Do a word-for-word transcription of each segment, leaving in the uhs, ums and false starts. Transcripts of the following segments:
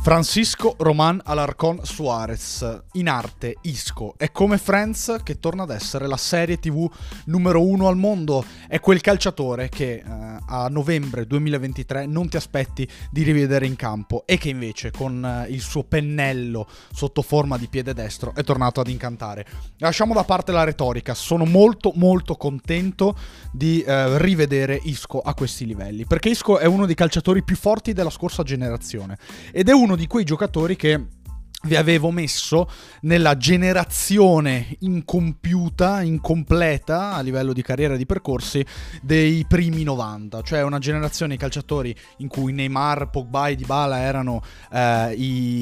Francisco Román Alarcón Suárez, in arte Isco, è come Friends che torna ad essere la serie tv numero uno al mondo, è quel calciatore che eh, a novembre duemilaventitré non ti aspetti di rivedere in campo e che invece con eh, il suo pennello sotto forma di piede destro è tornato ad incantare. Lasciamo da parte la retorica, sono molto molto contento di eh, rivedere Isco a questi livelli, perché Isco è uno dei calciatori più forti della scorsa generazione ed è uno di quei giocatori che vi avevo messo nella generazione incompiuta, incompleta a livello di carriera e di percorsi dei primi novanta, cioè una generazione di calciatori in cui Neymar, Pogba e Dybala erano eh,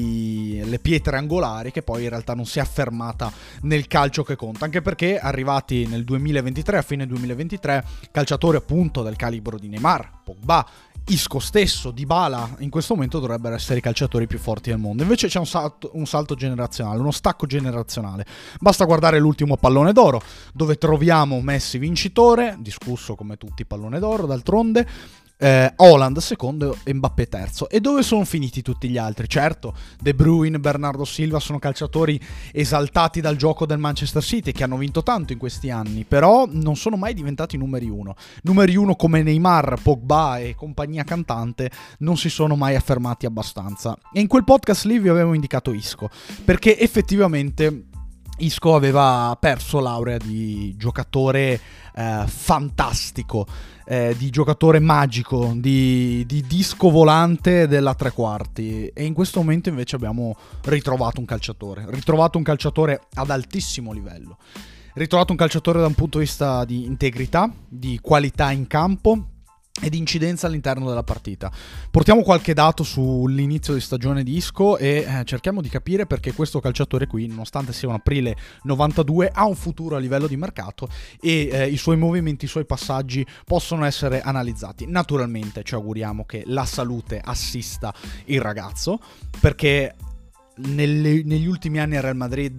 i, le pietre angolari, che poi in realtà non si è affermata nel calcio che conta, anche perché arrivati nel duemilaventitré, a fine duemilaventitré, calciatori appunto del calibro di Neymar, Pogba, Isco stesso, Dybala, in questo momento dovrebbero essere i calciatori più forti del mondo. Invece c'è un salto, un salto generazionale, uno stacco generazionale. Basta guardare l'ultimo pallone d'oro, dove troviamo Messi vincitore, discusso come tutti pallone d'oro d'altronde, eh, Haaland secondo e Mbappé terzo. E dove sono finiti tutti gli altri? Certo, De Bruyne, Bernardo Silva sono calciatori esaltati dal gioco del Manchester City, che hanno vinto tanto in questi anni, però non sono mai diventati numeri uno. Numeri uno come Neymar, Pogba e compagnia cantante non si sono mai affermati abbastanza. E in quel podcast lì vi avevo indicato Isco, perché effettivamente Isco aveva perso l'aurea di giocatore eh, fantastico, eh, di giocatore magico, di, di disco volante della tre quarti, e in questo momento invece abbiamo ritrovato un calciatore, ritrovato un calciatore ad altissimo livello, ritrovato un calciatore da un punto di vista di integrità, di qualità in campo e di incidenza all'interno della partita. Portiamo qualche dato sull'inizio di stagione di Isco e eh, cerchiamo di capire perché questo calciatore qui, nonostante sia un aprile novantadue, ha un futuro a livello di mercato e eh, i suoi movimenti, i suoi passaggi possono essere analizzati. Naturalmente ci auguriamo che la salute assista il ragazzo, perché Nelle, negli ultimi anni al Real Madrid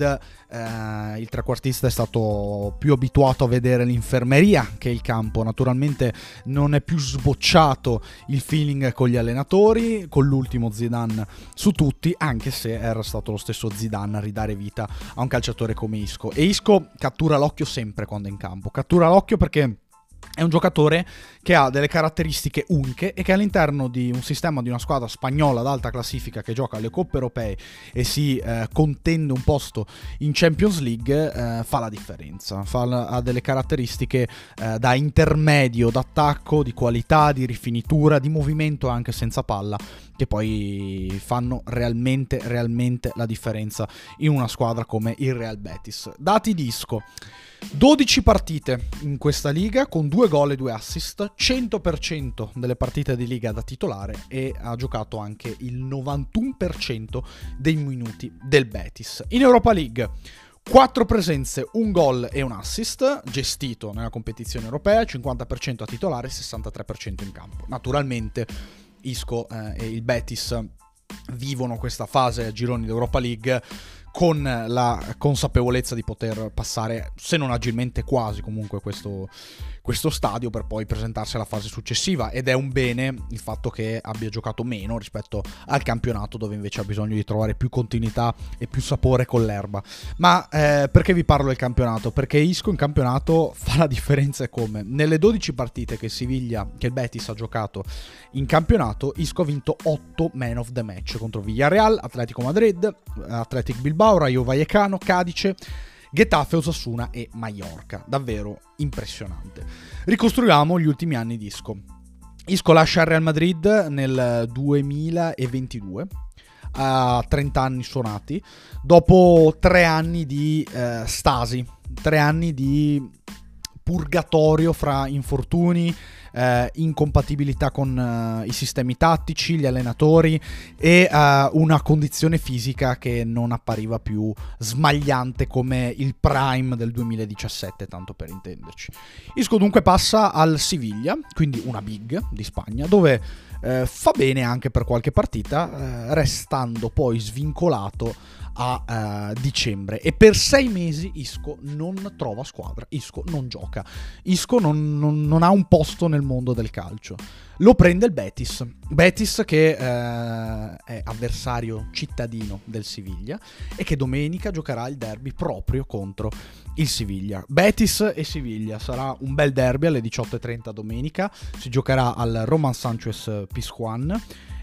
eh, il trequartista è stato più abituato a vedere l'infermeria che il campo. Naturalmente non è più sbocciato il feeling con gli allenatori, con l'ultimo Zidane su tutti, anche se era stato lo stesso Zidane a ridare vita a un calciatore come Isco. E Isco cattura l'occhio sempre quando è in campo, cattura l'occhio perché è un giocatore che ha delle caratteristiche uniche e che all'interno di un sistema, di una squadra spagnola d'alta classifica che gioca alle coppe europee e si eh, contende un posto in Champions League, eh, fa la differenza. Fa, ha delle caratteristiche eh, da intermedio, d'attacco, di qualità, di rifinitura, di movimento anche senza palla, che poi fanno realmente, realmente la differenza in una squadra come il Real Betis. Dati di Isco: dodici partite in questa liga con due gol e due assist, cento per cento delle partite di liga da titolare, e ha giocato anche il novantuno per cento dei minuti del Betis. In Europa League quattro presenze, un gol e un assist, gestito nella competizione europea, cinquanta per cento a titolare, sessantatré per cento in campo. Naturalmente Isco eh, e il Betis vivono questa fase a gironi d'Europa League con la consapevolezza di poter passare, se non agilmente, quasi comunque questo, questo stadio, per poi presentarsi alla fase successiva. Ed è un bene il fatto che abbia giocato meno rispetto al campionato, dove invece ha bisogno di trovare più continuità e più sapore con l'erba. Ma eh, perché vi parlo del campionato? Perché Isco in campionato fa la differenza. E come nelle dodici partite che Siviglia, che il Betis ha giocato in campionato, Isco ha vinto otto man of the match contro Villarreal, Atletico Madrid, Athletic Bilbao, Rayo Vallecano, Cadice, Getafe, Osasuna e Mallorca. Davvero impressionante. Ricostruiamo gli ultimi anni di Isco. Isco lascia il Real Madrid nel duemilaventidue, a trenta anni suonati, dopo tre anni di eh, stasi, tre anni di purgatorio fra infortuni, eh, incompatibilità con eh, i sistemi tattici, gli allenatori e eh, una condizione fisica che non appariva più smagliante come il prime del duemiladiciassette, tanto per intenderci. Isco dunque passa al Siviglia, quindi una big di Spagna, dove eh, fa bene anche per qualche partita, eh, restando poi svincolato a uh, dicembre, e per sei mesi Isco non trova squadra, Isco non gioca, Isco non, non, non ha un posto nel mondo del calcio. Lo prende il Betis, Betis che uh, è avversario cittadino del Siviglia e che domenica giocherà il derby proprio contro il Siviglia. Betis e Siviglia sarà un bel derby alle diciotto e trenta domenica, si giocherà al Roman Sanchez Pizjuán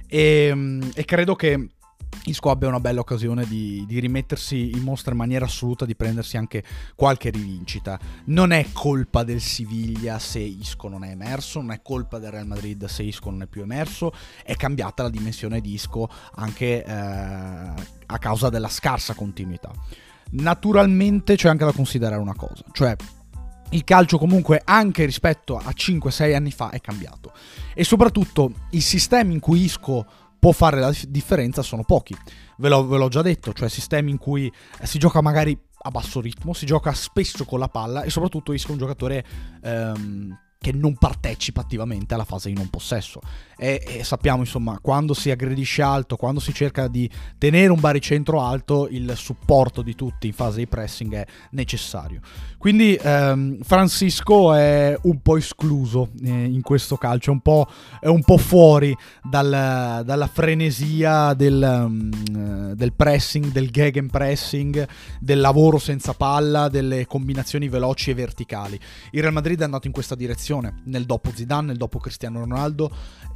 e, e credo che Isco abbia una bella occasione di, di rimettersi in mostra in maniera assoluta, di prendersi anche qualche rivincita. Non è colpa del Siviglia se Isco non è emerso, non è colpa del Real Madrid se Isco non è più emerso, è cambiata la dimensione di Isco anche eh, a causa della scarsa continuità. Naturalmente c'è anche da considerare una cosa, cioè il calcio comunque anche rispetto a cinque sei anni fa è cambiato, e soprattutto i sistemi in cui Isco può fare la differenza sono pochi. Ve l'ho, ve l'ho già detto, cioè sistemi in cui si gioca magari a basso ritmo, si gioca spesso con la palla, e soprattutto Isco è un giocatore ehm, che non partecipa attivamente alla fase di non possesso, e, e sappiamo insomma, quando si aggredisce alto, quando si cerca di tenere un baricentro alto, il supporto di tutti in fase di pressing è necessario. Quindi ehm, Francisco è un po' escluso eh, in questo calcio, è un po', è un po' fuori dal, dalla frenesia del, um, del pressing, del gegenpressing, del lavoro senza palla, delle combinazioni veloci e verticali. Il Real Madrid è andato in questa direzione nel dopo Zidane, nel dopo Cristiano Ronaldo,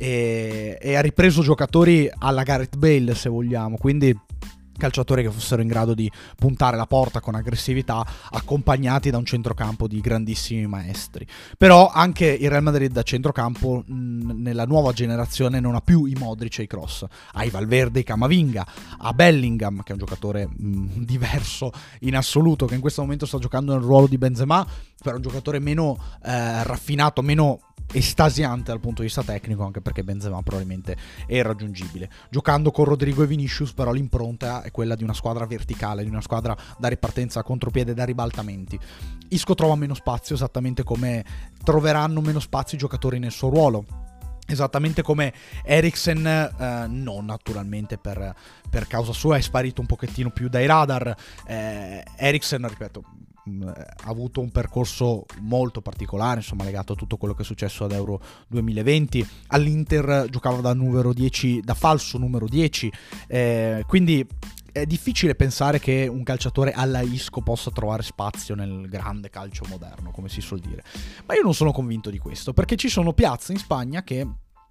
e, e ha ripreso giocatori alla Gareth Bale, se vogliamo, quindi calciatori che fossero in grado di puntare la porta con aggressività, accompagnati da un centrocampo di grandissimi maestri. Però anche il Real Madrid a centrocampo mh, nella nuova generazione non ha più i Modric e i Kroos, ha i Valverde e i Camavinga, ha Bellingham, che è un giocatore mh, diverso in assoluto, che in questo momento sta giocando nel ruolo di Benzema, però è un giocatore meno eh, raffinato, meno estasiante dal punto di vista tecnico, anche perché Benzema probabilmente è irraggiungibile. Giocando con Rodrigo e Vinicius, però l'impronta è quella di una squadra verticale, di una squadra da ripartenza, a contropiede, da ribaltamenti. Isco trova meno spazio, esattamente come troveranno meno spazio i giocatori nel suo ruolo, esattamente come Eriksen, eh, non naturalmente per, per causa sua, è sparito un pochettino più dai radar. eh, Eriksen, ripeto, ha avuto un percorso molto particolare, insomma, legato a tutto quello che è successo ad Euro duemilaventi. All'Inter giocava da numero dieci, da falso numero dieci, eh, quindi è difficile pensare che un calciatore alla Isco possa trovare spazio nel grande calcio moderno, come si suol dire. Ma io non sono convinto di questo, perché ci sono piazze in Spagna che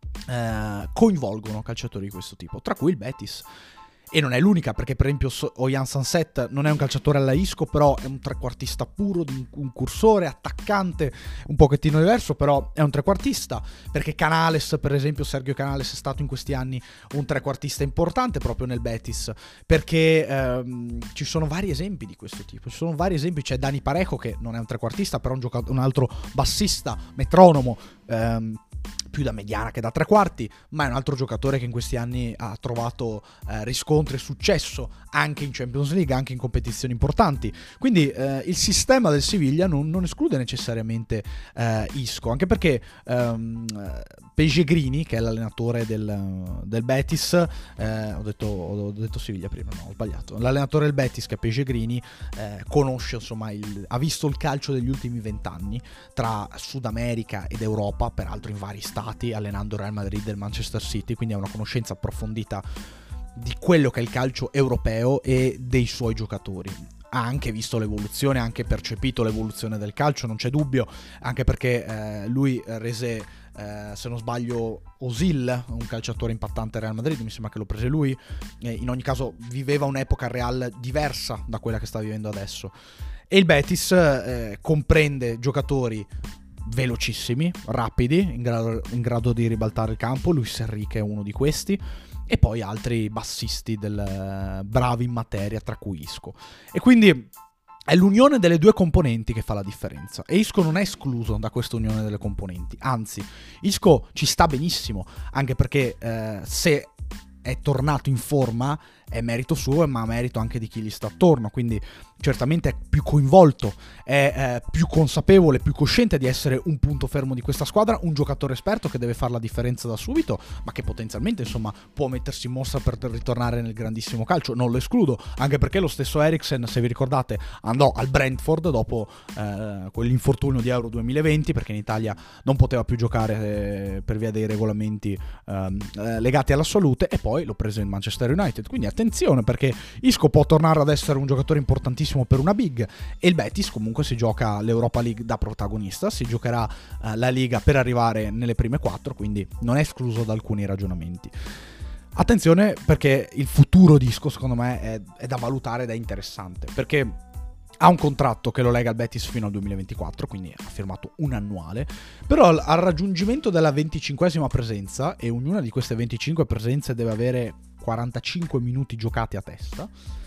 eh, coinvolgono calciatori di questo tipo, tra cui il Betis. E non è l'unica, perché per esempio Oyan Sanset non è un calciatore alla Isco, però è un trequartista puro, un cursore, attaccante, un pochettino diverso, però è un trequartista. Perché Canales, per esempio, Sergio Canales è stato in questi anni un trequartista importante proprio nel Betis, perché ehm, ci sono vari esempi di questo tipo, ci sono vari esempi. C'è Dani Parejo, che non è un trequartista, però è un, giocato- un altro bassista, metronomo, ehm, più da mediana che da tre quarti, ma è un altro giocatore che in questi anni ha trovato eh, riscontro e successo anche in Champions League, anche in competizioni importanti. Quindi eh, il sistema del Siviglia non, non esclude necessariamente eh, Isco, anche perché ehm, Pellegrini, che è l'allenatore del, del Betis, eh, ho, detto, ho detto Siviglia prima, no, ho sbagliato, l'allenatore del Betis, che è Pellegrini, eh, conosce, insomma, il, ha visto il calcio degli ultimi vent'anni tra Sud America ed Europa, peraltro in vari stati, allenando Real Madrid e il Manchester City, quindi ha una conoscenza approfondita di quello che è il calcio europeo e dei suoi giocatori. Ha anche visto l'evoluzione, ha anche percepito l'evoluzione del calcio, non c'è dubbio, anche perché eh, lui rese, eh, se non sbaglio, Osil, un calciatore impattante Real Madrid, mi sembra che lo prese lui. Eh, in ogni caso viveva un'epoca Real diversa da quella che sta vivendo adesso. E il Betis eh, comprende giocatori velocissimi, rapidi, in grado, in grado di ribaltare il campo. Luis Enrique è uno di questi, e poi altri bassisti del, uh, bravi in materia, tra cui Isco. E quindi è l'unione delle due componenti che fa la differenza, e Isco non è escluso da questa unione delle componenti, anzi Isco ci sta benissimo, anche perché eh, se è tornato in forma è merito suo, ma merito anche di chi gli sta attorno. Quindi certamente è più coinvolto, è, è più consapevole, più cosciente di essere un punto fermo di questa squadra, un giocatore esperto che deve fare la differenza da subito, ma che potenzialmente insomma può mettersi in mostra per ritornare nel grandissimo calcio, non lo escludo, anche perché lo stesso Eriksen, se vi ricordate, andò al Brentford dopo eh, quell'infortunio di Euro duemilaventi, perché in Italia non poteva più giocare eh, per via dei regolamenti eh, legati alla salute, e poi l'ho preso in Manchester United. Quindi attenzione, perché Isco può tornare ad essere un giocatore importantissimo per una big, e il Betis comunque si gioca l'Europa League da protagonista, si giocherà uh, la Liga per arrivare nelle prime quattro, quindi non è escluso da alcuni ragionamenti. Attenzione, perché il futuro di Isco secondo me è, è da valutare ed è interessante, perché ha un contratto che lo lega al Betis fino al duemilaventiquattro, quindi ha firmato un annuale, però al, al raggiungimento della venticinquesima presenza, e ognuna di queste venticinque presenze deve avere quarantacinque minuti giocati a testa,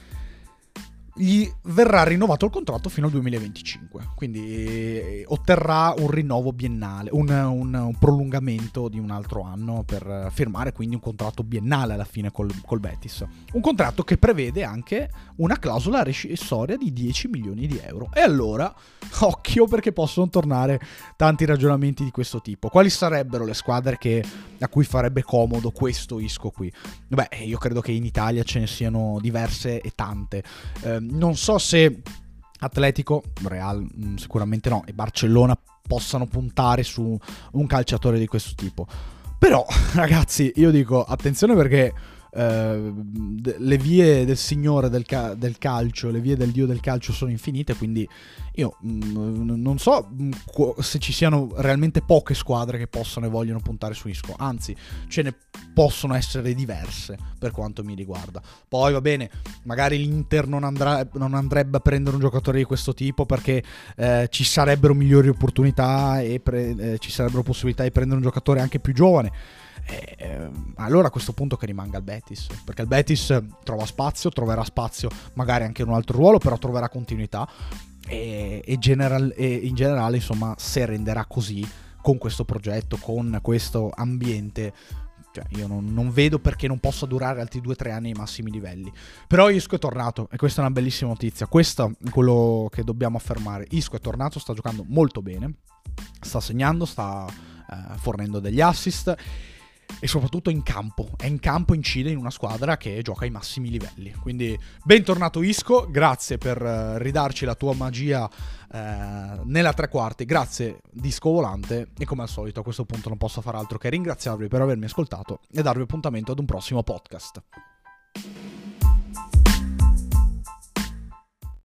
gli verrà rinnovato il contratto fino al duemilaventicinque, quindi otterrà un rinnovo biennale, un, un, un prolungamento di un altro anno per firmare quindi un contratto biennale alla fine col, col Betis, un contratto che prevede anche una clausola rescissoria di dieci milioni di euro. E allora occhio, perché possono tornare tanti ragionamenti di questo tipo. Quali sarebbero le squadre che, a cui farebbe comodo questo Isco qui? Beh, io credo che in Italia ce ne siano diverse e tante. eh, Non so se Atletico, Real mh, sicuramente no, e Barcellona possano puntare su un calciatore di questo tipo. Però, ragazzi, io dico attenzione, perché eh, le vie del signore del, ca- del calcio, le vie del dio del calcio sono infinite, quindi io mh, non so mh, se ci siano realmente poche squadre che possono e vogliono puntare su Isco, anzi ce ne possono essere diverse per quanto mi riguarda. Poi va bene, magari l'Inter non, andrà, non andrebbe a prendere un giocatore di questo tipo perché eh, ci sarebbero migliori opportunità e pre- eh, ci sarebbero possibilità di prendere un giocatore anche più giovane. Eh, allora a questo punto che rimanga il Betis, perché il Betis trova spazio, troverà spazio magari anche in un altro ruolo, però troverà continuità e, e, general, e in generale insomma, se renderà così con questo progetto, con questo ambiente, cioè io non, non vedo perché non possa durare altri due o tre anni ai massimi livelli. Però Isco è tornato e questa è una bellissima notizia, questo è quello che dobbiamo affermare. Isco è tornato, sta giocando molto bene, sta segnando, sta eh, fornendo degli assist e soprattutto in campo, è in campo, incide in una squadra che gioca ai massimi livelli. Quindi bentornato Isco, grazie per uh, ridarci la tua magia uh, nella tre quarti, grazie Disco Volante, e come al solito a questo punto non posso fare altro che ringraziarvi per avermi ascoltato e darvi appuntamento ad un prossimo podcast.